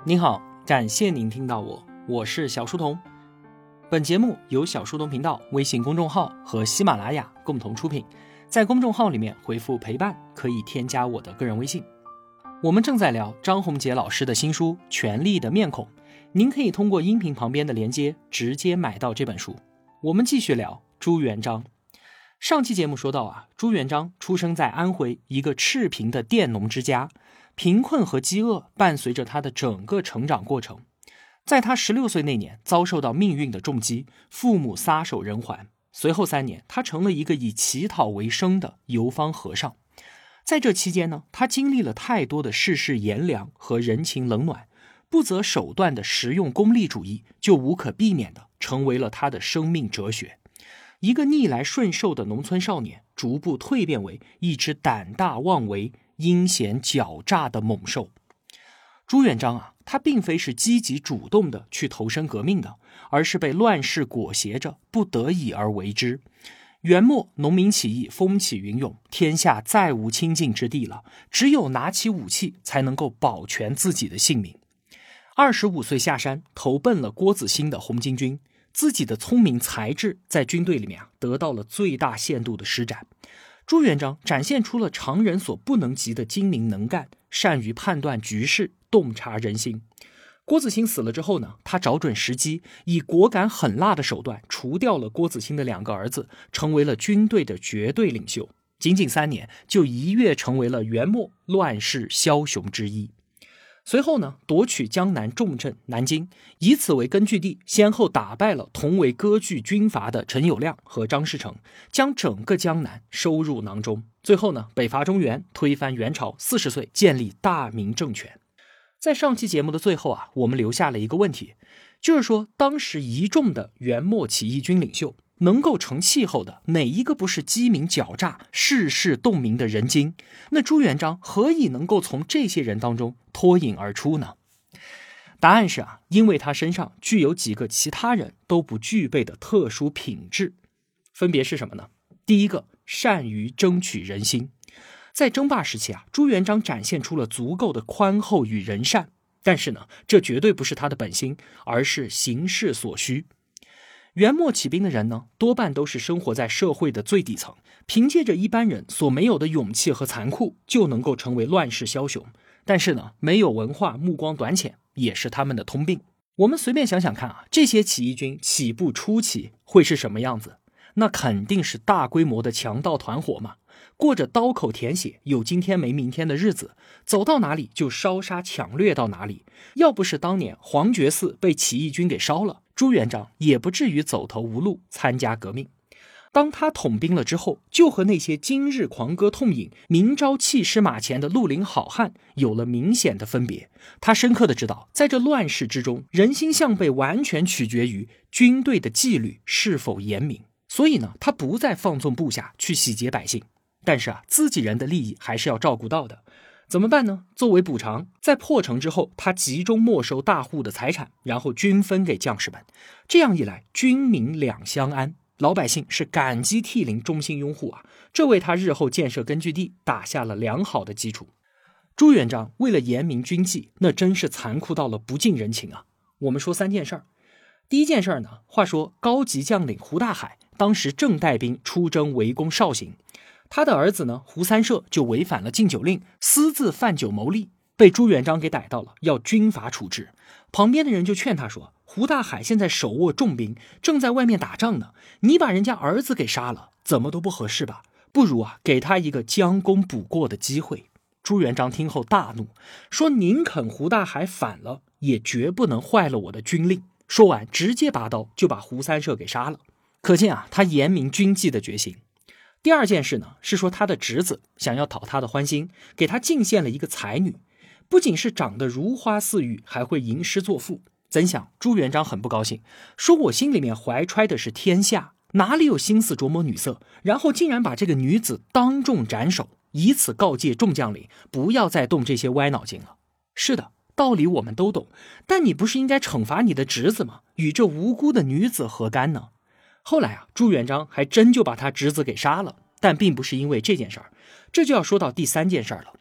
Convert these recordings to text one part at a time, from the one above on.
您好，感谢您听到我是小书童。本节目由小书童频道微信公众号和喜马拉雅共同出品，在公众号里面回复陪伴可以添加我的个人微信。我们正在聊张宏杰老师的新书《权力的面孔》，您可以通过音频旁边的连接直接买到这本书。我们继续聊朱元璋。上期节目说到朱元璋出生在安徽一个赤贫的佃农之家，贫困和饥饿伴随着他的整个成长过程。在他16岁那年遭受到命运的重击，父母撒手人寰。随后3年，他成了一个以乞讨为生的游方和尚。在这期间呢，他经历了太多的世事炎凉和人情冷暖，不择手段的实用功利主义就无可避免地成为了他的生命哲学。一个逆来顺受的农村少年，逐步蜕变为一只胆大妄为、阴险狡诈的猛兽。朱元璋他并非是积极主动的去投身革命的，而是被乱世裹挟着，不得已而为之。元末农民起义风起云涌，天下再无清净之地了，只有拿起武器才能够保全自己的性命。25岁下山投奔了郭子兴的红巾军，自己的聪明才智在军队里面得到了最大限度的施展。朱元璋展现出了常人所不能及的精明能干，善于判断局势，洞察人心。郭子兴死了之后呢，他找准时机，以果敢狠辣的手段除掉了郭子兴的2个儿子，成为了军队的绝对领袖。仅仅3年，就一跃成为了元末乱世枭雄之一。随后呢，夺取江南重镇南京，以此为根据地，先后打败了同为割据军阀的陈友谅和张士诚，将整个江南收入囊中。最后呢，北伐中原，推翻元朝，40岁建立大明政权。在上期节目的最后我们留下了一个问题，就是说当时一众的元末起义军领袖，能够成气候的哪一个不是机敏狡诈、世事洞明的人精？那朱元璋何以能够从这些人当中脱颖而出呢？答案是因为他身上具有几个其他人都不具备的特殊品质。分别是什么呢？第一个，善于争取人心。在争霸时期朱元璋展现出了足够的宽厚与仁善，但是呢，这绝对不是他的本心，而是形势所需。元末起兵的人呢，多半都是生活在社会的最底层，凭借着一般人所没有的勇气和残酷，就能够成为乱世枭雄。但是呢，没有文化、目光短浅也是他们的通病。我们随便想想看这些起义军起步初期会是什么样子？那肯定是大规模的强盗团伙嘛，过着刀口舔血、有今天没明天的日子，走到哪里就烧杀抢掠到哪里。要不是当年黄觉寺被起义军给烧了，朱元璋也不至于走投无路参加革命。当他统兵了之后，就和那些今日狂歌痛饮、明朝弃尸马前的绿林好汉有了明显的分别。他深刻的知道，在这乱世之中，人心向背完全取决于军队的纪律是否严明。所以呢，他不再放纵部下去洗劫百姓，但是自己人的利益还是要照顾到的。怎么办呢？作为补偿，在破城之后，他集中没收大户的财产，然后均分给将士们。这样一来，军民两相安，老百姓是感激涕零，衷心拥护这为他日后建设根据地打下了良好的基础。朱元璋为了严明军纪，那真是残酷到了不近人情我们说3件事儿。第一件事呢，话说高级将领胡大海当时正带兵出征围攻绍兴，他的儿子呢胡三舍就违反了禁酒令，私自贩酒牟利，被朱元璋给逮到了，要军法处置。旁边的人就劝他说，胡大海现在手握重兵，正在外面打仗呢，你把人家儿子给杀了，怎么都不合适吧，不如给他一个将功补过的机会。朱元璋听后大怒，说宁肯胡大海反了，也绝不能坏了我的军令。说完直接拔刀就把胡三舍给杀了。可见他严明军纪的决心。第二件事呢，是说他的侄子想要讨他的欢心，给他进献了一个才女，不仅是长得如花似玉，还会吟诗作赋。怎想朱元璋很不高兴，说我心里面怀揣的是天下，哪里有心思琢磨女色，然后竟然把这个女子当众斩首，以此告诫众将领不要再动这些歪脑筋了。是的，道理我们都懂，但你不是应该惩罚你的侄子吗？与这无辜的女子何干呢？后来朱元璋还真就把他侄子给杀了，但并不是因为这件事儿。这就要说到第3件事儿了。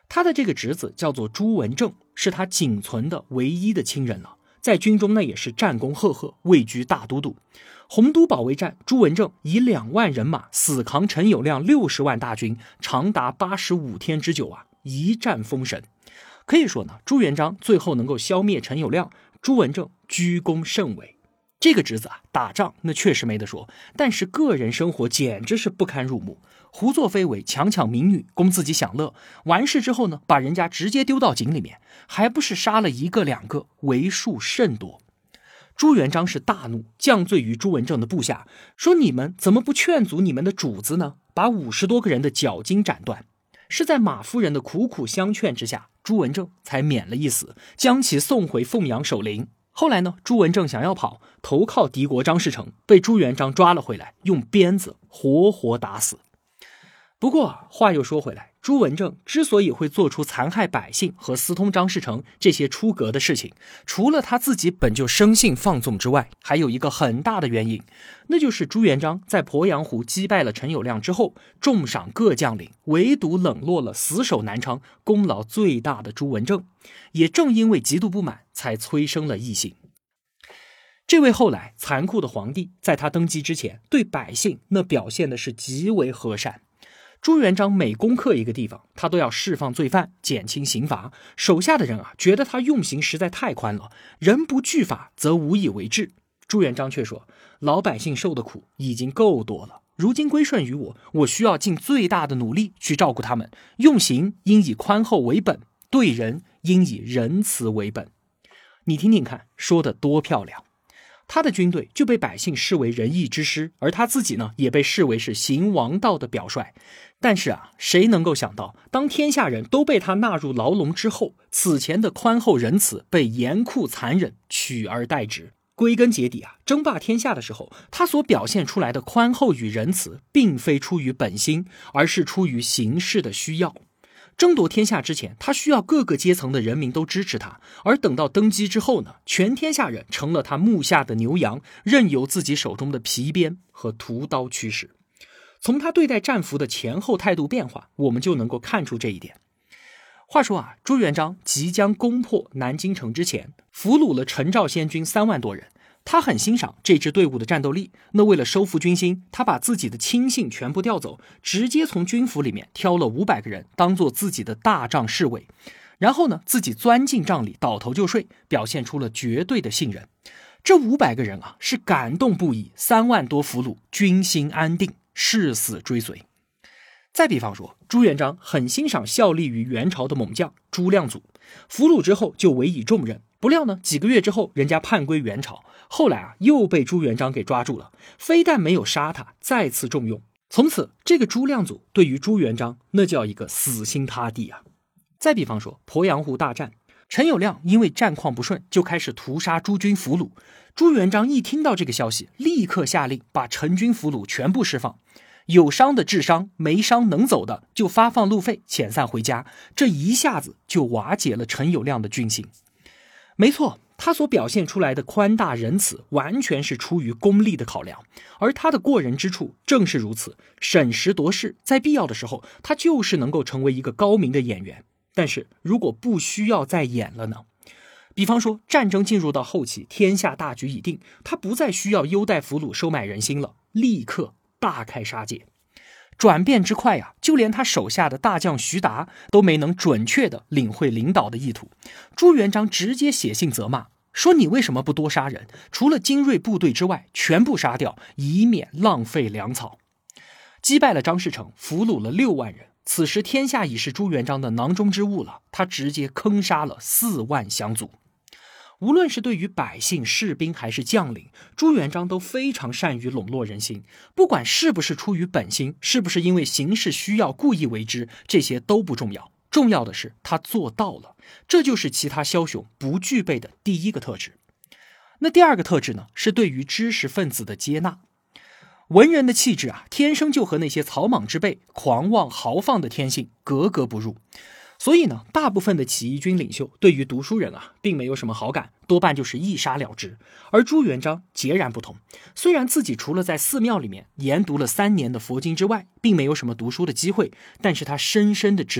他的这个侄子叫做朱文正，是他仅存的唯一的亲人了，在军中呢也是战功赫赫，位居大都督。洪都保卫战，朱文正以2万人马死扛陈友谅60万大军，长达85天之久啊，一战封神。可以说呢，朱元璋最后能够消灭陈友谅，朱文正居功甚伟。这个侄子啊，打仗那确实没得说，但是个人生活简直是不堪入目，胡作非为，强抢民女，供自己享乐。完事之后呢，把人家直接丢到井里面，还不是杀了1个2个，为数甚多。朱元璋是大怒，降罪于朱文正的部下，说你们怎么不劝阻你们的主子呢？把50多个人的脚筋斩断。是在马夫人的苦苦相劝之下，朱文正才免了一死，将其送回凤阳守陵。后来呢，朱文正想要跑，投靠敌国张士诚，被朱元璋抓了回来，用鞭子活活打死。不过话又说回来，朱文正之所以会做出残害百姓和私通张士诚这些出格的事情，除了他自己本就生性放纵之外，还有一个很大的原因，那就是朱元璋在鄱阳湖击败了陈友谅之后，重赏各将领，唯独冷落了死守南昌、功劳最大的朱文正。也正因为极度不满，才催生了异姓。这位后来残酷的皇帝，在他登基之前，对百姓那表现的是极为和善。朱元璋每攻克一个地方，他都要释放罪犯，减轻刑罚。手下的人啊，觉得他用刑实在太宽了，人不惧法则无以为治。朱元璋却说，老百姓受的苦已经够多了，如今归顺于我，我需要尽最大的努力去照顾他们，用刑应以宽厚为本，对人应以仁慈为本。你听听看，说得多漂亮。他的军队就被百姓视为仁义之师，而他自己呢，也被视为是行王道的表率。但是啊，谁能够想到，当天下人都被他纳入牢笼之后，此前的宽厚仁慈被严酷残忍取而代之。归根结底啊，争霸天下的时候，他所表现出来的宽厚与仁慈，并非出于本心，而是出于形势的需要。争夺天下之前，他需要各个阶层的人民都支持他，而等到登基之后呢，全天下人成了他目下的牛羊，任由自己手中的皮鞭和屠刀驱使。从他对待战俘的前后态度变化，我们就能够看出这一点。话说啊，朱元璋即将攻破南京城之前，俘虏了陈赵先军3万多人。他很欣赏这支队伍的战斗力，那为了收复军心，他把自己的亲信全部调走，直接从军府里面挑了500个人当做自己的大帐侍卫，然后呢，自己钻进帐里倒头就睡，表现出了绝对的信任。这500个人啊，是感动不已，3万多俘虏，军心安定，誓死追随。再比方说，朱元璋很欣赏效力于元朝的猛将朱亮祖，俘虏之后就委以重任，不料呢，几个月之后人家叛归元朝，后来啊又被朱元璋给抓住了，非但没有杀他，再次重用。从此这个朱亮祖对于朱元璋那叫一个死心塌地啊。再比方说鄱阳湖大战，陈友谅因为战况不顺，就开始屠杀诸军俘虏。朱元璋一听到这个消息，立刻下令把陈军俘虏全部释放，有伤的治伤，没伤能走的就发放路费遣散回家，这一下子就瓦解了陈友谅的军心。没错，他所表现出来的宽大仁慈完全是出于功利的考量，而他的过人之处正是如此，审时度势，在必要的时候他就是能够成为一个高明的演员。但是如果不需要再演了呢？比方说战争进入到后期，天下大局已定，他不再需要优待俘虏收买人心了，立刻大开杀戒。转变之快啊，就连他手下的大将徐达都没能准确地领会领导的意图。朱元璋直接写信责骂，说你为什么不多杀人？除了精锐部队之外，全部杀掉，以免浪费粮草。击败了张士诚，俘虏了6万人。此时天下已是朱元璋的囊中之物了，他直接坑杀了4万降卒。无论是对于百姓、士兵还是将领，朱元璋都非常善于笼络人心。不管是不是出于本心，是不是因为形势需要故意为之，这些都不重要。重要的是他做到了，这就是其他枭雄不具备的第一个特质。那第二个特质呢，是对于知识分子的接纳。文人的气质啊，天生就和那些草莽之辈狂妄豪放的天性格格不入。所以呢，大部分的起义军领袖对于读书人啊，并没有什么好感，多半就是一杀了之。而朱元璋截然不同，虽然自己除了在寺庙里面研读了3年的佛经之外，并没有什么读书的机会，但是他深深的知道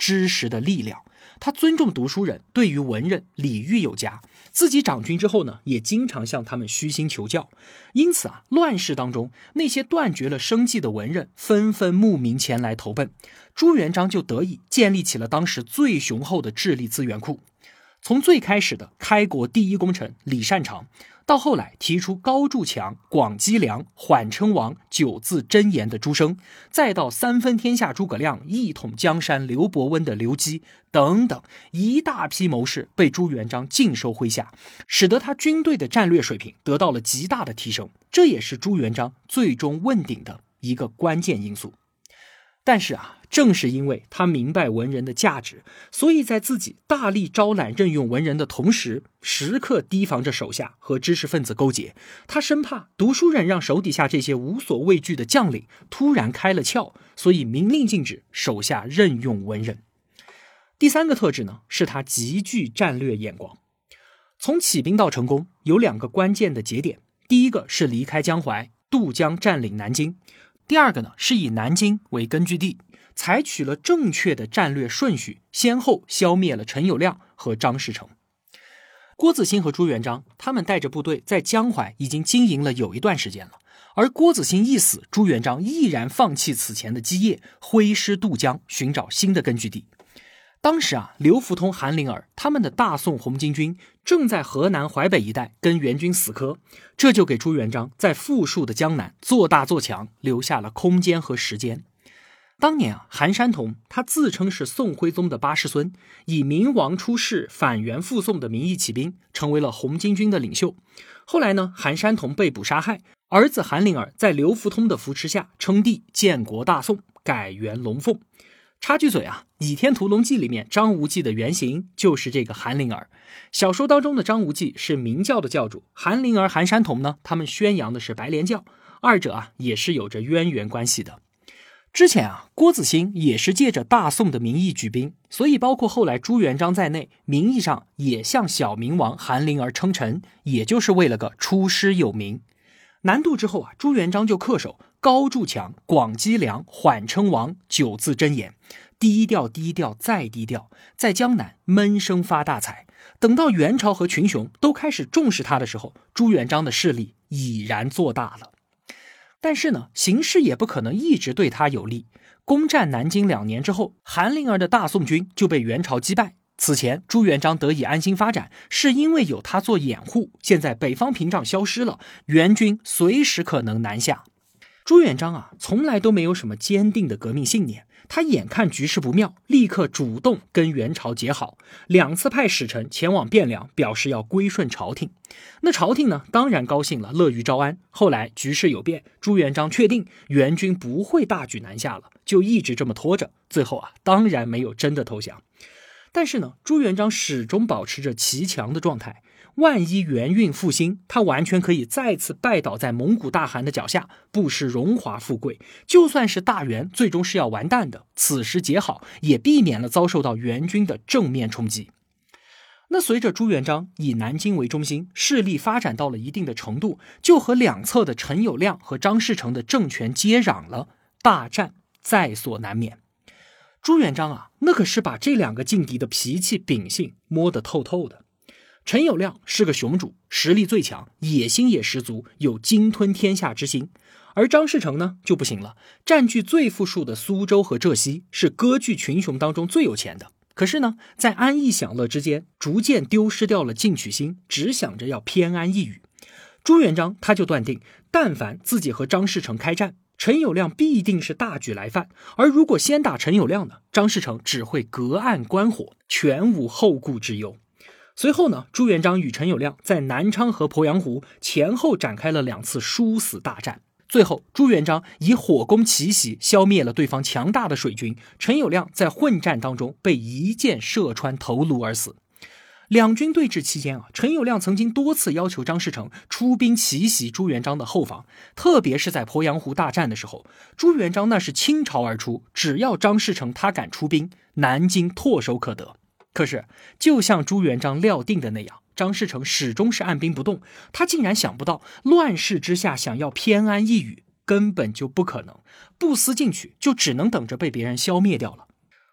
知识的力量。他尊重读书人，对于文人礼遇有加，自己掌军之后呢，也经常向他们虚心求教。因此乱世当中那些断绝了生计的文人纷纷慕名前来投奔，朱元璋就得以建立起了当时最雄厚的智力资源库。从最开始的开国第一功臣李善长，到后来提出高筑墙、广积粮、缓称王、9字真言的朱升，再到三分天下诸葛亮、一统江山刘伯温的刘基等等，一大批谋士被朱元璋尽收麾下，使得他军队的战略水平得到了极大的提升，这也是朱元璋最终问鼎的一个关键因素。但是正是因为他明白文人的价值，所以在自己大力招揽任用文人的同时，时刻提防着手下和知识分子勾结。他生怕读书人让手底下这些无所畏惧的将领突然开了窍，所以明令禁止手下任用文人。第三个特质呢，是他极具战略眼光。从起兵到成功有2个关键的节点，第一个是离开江淮，渡江占领南京。第二个呢，是以南京为根据地，采取了正确的战略顺序，先后消灭了陈友谅和张士诚。郭子兴和朱元璋他们带着部队在江淮已经经营了有一段时间了，而郭子兴一死，朱元璋毅然放弃此前的基业，挥师渡江寻找新的根据地。当时刘福通、韩林儿他们的大宋红巾军正在河南淮北一带跟援军死磕，这就给朱元璋在富庶的江南做大做强留下了空间和时间。当年韩山童他自称是宋徽宗的8世孙，以明王出世反元复宋的名义起兵，成为了红巾军的领袖。后来呢，韩山童被捕杀害，儿子韩林儿在刘福通的扶持下称帝，建国大宋，改元龙凤。插句嘴《倚天屠龙记》里面张无忌的原型就是这个韩林儿。小说当中的张无忌是明教的教主，韩林儿、韩山童呢，他们宣扬的是白莲教，二者也是有着渊源关系的。之前郭子兴也是借着大宋的名义举兵，所以包括后来朱元璋在内，名义上也向小明王韩林儿称臣，也就是为了个出师有名。南渡之后朱元璋就恪守高筑墙、广积粮、缓称王9字真言，低调低调再低调，在江南闷声发大财。等到元朝和群雄都开始重视他的时候，朱元璋的势力已然做大了。但是呢，形势也不可能一直对他有利。攻占南京2年之后，韩林儿的大宋军就被元朝击败。此前朱元璋得以安心发展，是因为有他做掩护。现在北方屏障消失了，元军随时可能南下。朱元璋从来都没有什么坚定的革命信念，他眼看局势不妙，立刻主动跟元朝结好，2次派使臣前往汴梁，表示要归顺朝廷。那朝廷呢，当然高兴了，乐于招安。后来局势有变，朱元璋确定元军不会大举南下了，就一直这么拖着，最后当然没有真的投降。但是呢，朱元璋始终保持着骑墙的状态，万一元运复兴，他完全可以再次拜倒在蒙古大汗的脚下，不失荣华富贵。就算是大元最终是要完蛋的，此时结好，也避免了遭受到元军的正面冲击。那随着朱元璋以南京为中心，势力发展到了一定的程度，就和两侧的陈友谅和张士诚的政权接壤了，大战在所难免。朱元璋那可是把这2个劲敌的脾气秉性摸得透透的。陈友谅是个雄主，实力最强，野心也十足，有鲸吞天下之心。而张士诚呢就不行了，占据最富庶的苏州和浙西，是割据群雄当中最有钱的。可是呢，在安逸享乐之间，逐渐丢失掉了进取心，只想着要偏安一隅。朱元璋他就断定，但凡自己和张士诚开战，陈友谅必定是大举来犯，而如果先打陈友谅呢，张士诚只会隔岸观火，全无后顾之忧。随后呢，朱元璋与陈友谅在南昌和鄱阳湖前后展开了2次殊死大战。最后朱元璋以火攻奇袭消灭了对方强大的水军，陈友谅在混战当中被一箭射穿头颅而死。两军对峙期间陈友谅曾经多次要求张士诚出兵奇袭朱元璋的后方，特别是在鄱阳湖大战的时候，朱元璋那是倾巢而出，只要张士诚他敢出兵，南京唾手可得。可是就像朱元璋料定的那样，张士诚始终是按兵不动，他竟然想不到乱世之下想要偏安一隅根本就不可能，不思进取就只能等着被别人消灭掉了。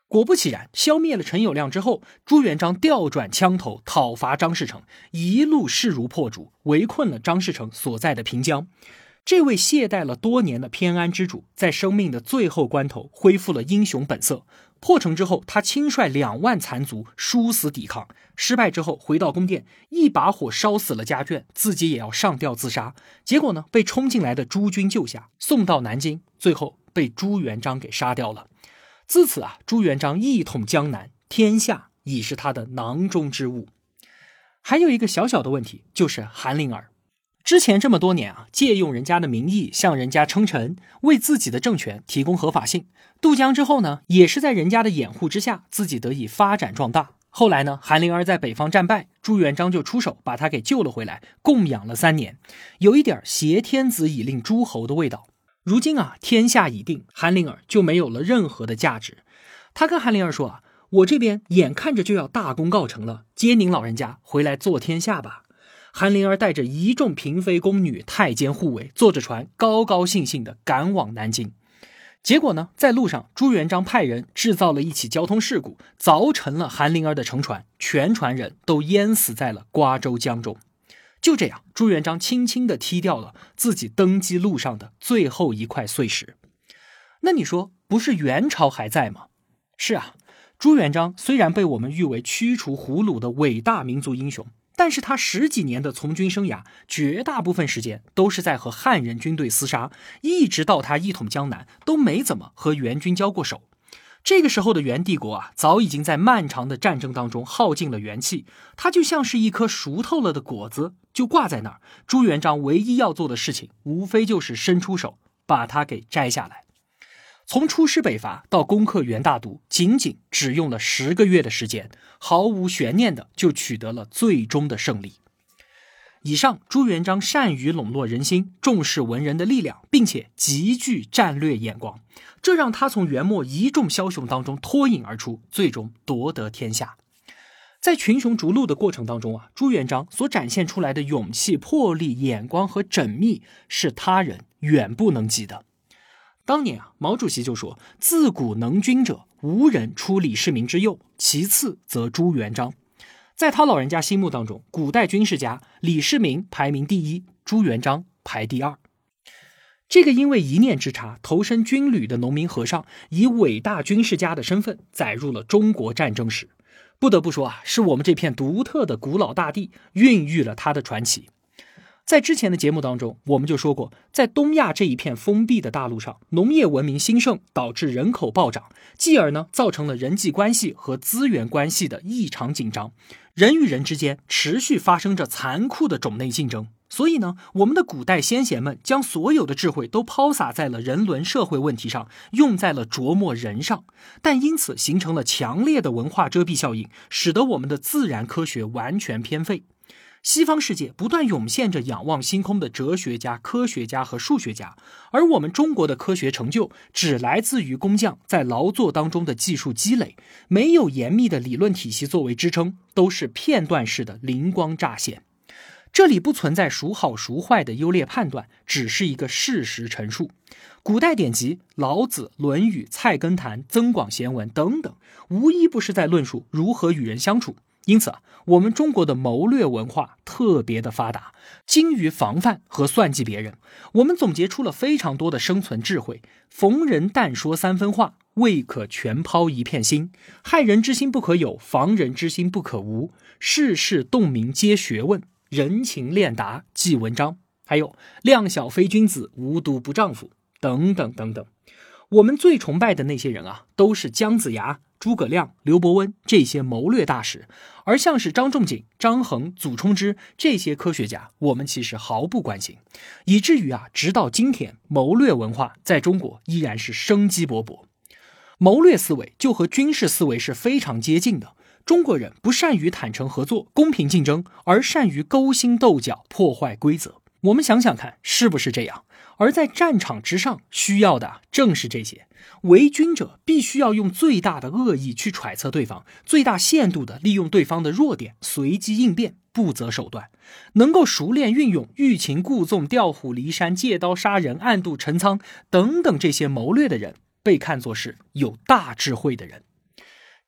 果不其然，消灭了陈友谅之后，朱元璋调转枪头讨伐张士诚，一路势如破竹，围困了张士诚所在的平江。这位懈怠了多年的偏安之主，在生命的最后关头恢复了英雄本色。破城之后，他亲率2万残卒殊死抵抗，失败之后回到宫殿，一把火烧死了家眷，自己也要上吊自杀。结果呢，被冲进来的朱军救下，送到南京，最后被朱元璋给杀掉了。自此啊，朱元璋一统江南，天下已是他的囊中之物。还有一个小小的问题，就是韩林儿。之前这么多年啊，借用人家的名义向人家称臣，为自己的政权提供合法性。渡江之后呢，也是在人家的掩护之下，自己得以发展壮大。后来呢，韩林儿在北方战败，朱元璋就出手把他给救了回来，供养了3年，有一点挟天子以令诸侯的味道。如今啊，天下已定，韩林儿就没有了任何的价值。他跟韩林儿说啊，我这边眼看着就要大功告成了，接您老人家回来做天下吧。韩林儿带着一众嫔妃宫女、太监护卫，坐着船高高兴兴地赶往南京。结果呢，在路上，朱元璋派人制造了一起交通事故，凿沉了韩林儿的乘船，全船人都淹死在了瓜州江中。就这样，朱元璋轻轻地踢掉了自己登基路上的最后一块碎石。那你说，不是元朝还在吗？是啊，朱元璋虽然被我们誉为驱除胡虏的伟大民族英雄，但是他10几年的从军生涯，绝大部分时间都是在和汉人军队厮杀，一直到他一统江南，都没怎么和元军交过手。这个时候的元帝国啊，早已经在漫长的战争当中耗尽了元气，它就像是一颗熟透了的果子，就挂在那儿。朱元璋唯一要做的事情，无非就是伸出手，把它给摘下来。从出师北伐到攻克元大都，仅仅只用了10个月的时间，毫无悬念的就取得了最终的胜利。以上，朱元璋善于笼络人心，重视文人的力量，并且极具战略眼光，这让他从元末一众枭雄当中脱颖而出，最终夺得天下。在群雄逐鹿的过程当中啊，朱元璋所展现出来的勇气、魄力、眼光和缜密，是他人远不能及的。当年啊，毛主席就说，自古能军者，无人出李世民之右，其次则朱元璋。在他老人家心目当中，古代军事家李世民排名第1，朱元璋排第2。这个因为一念之差投身军旅的农民和尚，以伟大军事家的身份载入了中国战争史。不得不说啊，是我们这片独特的古老大地孕育了他的传奇。在之前的节目当中，我们就说过，在东亚这一片封闭的大陆上，农业文明兴盛，导致人口暴涨，继而呢，造成了人际关系和资源关系的异常紧张，人与人之间持续发生着残酷的种类竞争。所以呢，我们的古代先贤们将所有的智慧都抛洒在了人伦社会问题上，用在了琢磨人上，但因此形成了强烈的文化遮蔽效应，使得我们的自然科学完全偏废。西方世界不断涌现着仰望星空的哲学家、科学家和数学家，而我们中国的科学成就只来自于工匠在劳作当中的技术积累，没有严密的理论体系作为支撑，都是片段式的灵光乍现。这里不存在孰好孰坏的优劣判断，只是一个事实陈述。古代典籍老子、论语、菜根谭、增广贤文等等，无一不是在论述如何与人相处。因此我们中国的谋略文化特别的发达，精于防范和算计别人。我们总结出了非常多的生存智慧：逢人但说3分话，未可全抛一片心；害人之心不可有，防人之心不可无；世事洞明皆学问，人情练达即文章。还有量小非君子，无毒不丈夫，等等等等。我们最崇拜的那些人啊，都是姜子牙、诸葛亮、刘伯温这些谋略大师，而像是张仲景、张衡、祖冲之这些科学家，我们其实毫不关心，以至于直到今天，谋略文化在中国依然是生机勃勃。谋略思维就和军事思维是非常接近的。中国人不善于坦诚合作、公平竞争，而善于勾心斗角、破坏规则。我们想想看，是不是这样？而在战场之上，需要的正是这些。为军者必须要用最大的恶意去揣测对方，最大限度地利用对方的弱点，随机应变，不择手段。能够熟练运用欲擒故纵、调虎离山、借刀杀人、暗度陈仓等等这些谋略的人，被看作是有大智慧的人。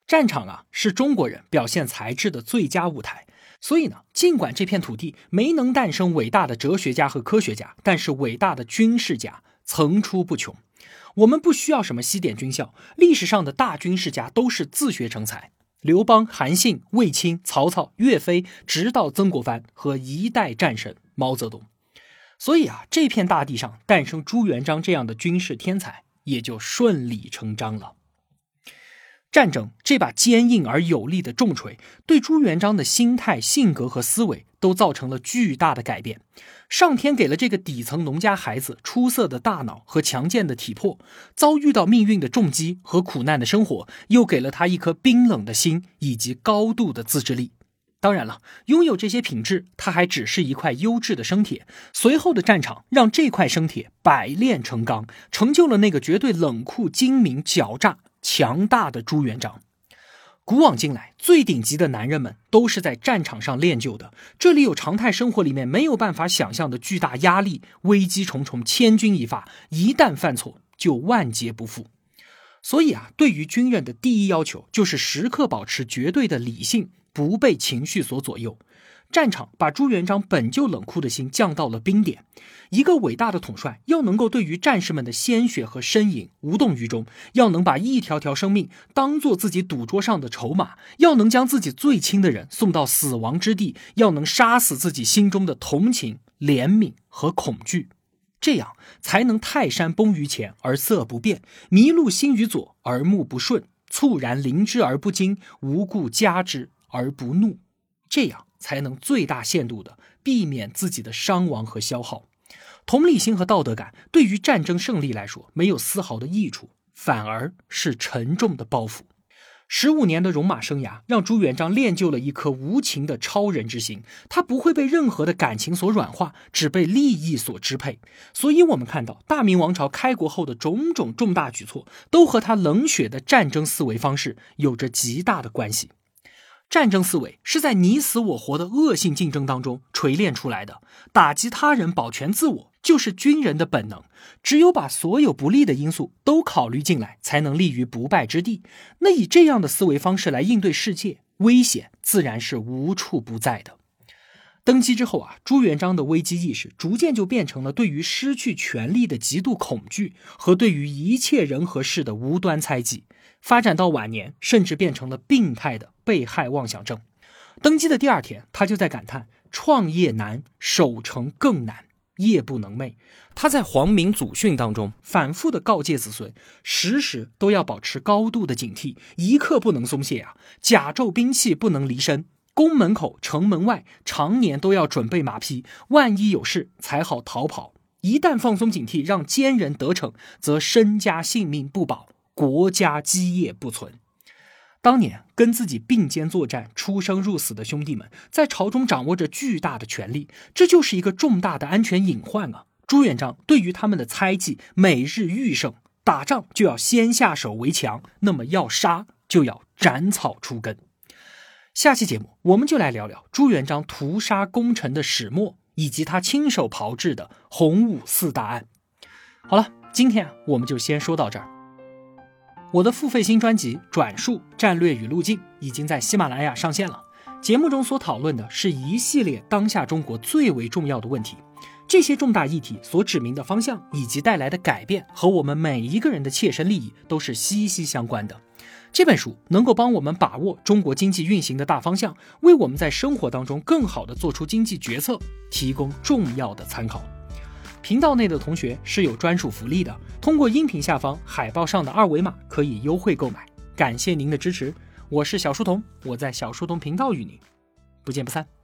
战场啊，是中国人表现才智的最佳舞台。所以呢，尽管这片土地没能诞生伟大的哲学家和科学家，但是伟大的军事家层出不穷。我们不需要什么西点军校，历史上的大军事家都是自学成才。刘邦、韩信、卫青、曹操、岳飞，直到曾国藩和一代战神毛泽东。所以啊，这片大地上诞生朱元璋这样的军事天才，也就顺理成章了。战争这把坚硬而有力的重锤，对朱元璋的心态、性格和思维都造成了巨大的改变。上天给了这个底层农家孩子出色的大脑和强健的体魄，遭遇到命运的重击和苦难的生活，又给了他一颗冰冷的心以及高度的自制力。当然了，拥有这些品质，他还只是一块优质的生铁。随后的战场让这块生铁百炼成钢，成就了那个绝对冷酷、精明、狡诈、强大的朱元璋。古往今来，最顶级的男人们都是在战场上练就的。这里有常态生活里面没有办法想象的巨大压力，危机重重，千钧一发，一旦犯错就万劫不复。所以啊，对于军人的第一要求就是时刻保持绝对的理性，不被情绪所左右。战场把朱元璋本就冷酷的心降到了冰点。一个伟大的统帅要能够对于战士们的鲜血和身影无动于衷，要能把一条条生命当作自己赌桌上的筹码，要能将自己最亲的人送到死亡之地，要能杀死自己心中的同情、怜悯和恐惧。这样才能泰山崩于前而色不变，麋鹿心于左而目不顺，猝然临之而不惊，无故加之而不怒。这样才能最大限度地避免自己的伤亡和消耗。同理心和道德感对于战争胜利来说没有丝毫的益处，反而是沉重的包袱。15年的戎马生涯让朱元璋练就了一颗无情的超人之心，他不会被任何的感情所软化，只被利益所支配。所以我们看到大明王朝开国后的种种重大举措，都和他冷血的战争思维方式有着极大的关系。战争思维是在你死我活的恶性竞争当中锤炼出来的，打击他人、保全自我就是军人的本能。只有把所有不利的因素都考虑进来，才能立于不败之地。那以这样的思维方式来应对世界，危险自然是无处不在的。登基之后啊，朱元璋的危机意识逐渐就变成了对于失去权力的极度恐惧和对于一切人和事的无端猜忌，发展到晚年甚至变成了病态的被害妄想症。登基的第2天，他就在感叹创业难，守成更难，夜不能寐。他在皇明祖训当中反复的告诫子孙，时时都要保持高度的警惕，一刻不能松懈啊！甲胄兵器不能离身，宫门口、城门外常年都要准备马匹，万一有事才好逃跑。一旦放松警惕，让奸人得逞，则身家性命不保，国家基业不存。当年跟自己并肩作战、出生入死的兄弟们，在朝中掌握着巨大的权力，这就是一个重大的安全隐患啊！朱元璋对于他们的猜忌每日愈盛，打仗就要先下手为强，那么要杀就要斩草除根。下期节目我们就来聊聊朱元璋屠杀功臣的始末，以及他亲手炮制的洪武4大案。好了，今天我们就先说到这儿。我的付费新专辑《转述战略与路径》已经在喜马拉雅上线了。节目中所讨论的是一系列当下中国最为重要的问题，这些重大议题所指明的方向以及带来的改变，和我们每一个人的切身利益都是息息相关的。这本书能够帮我们把握中国经济运行的大方向，为我们在生活当中更好地做出经济决策提供重要的参考。频道内的同学是有专属福利的，通过音频下方海报上的2维码可以优惠购买。感谢您的支持，我是小书童，我在小书童频道与您不见不散。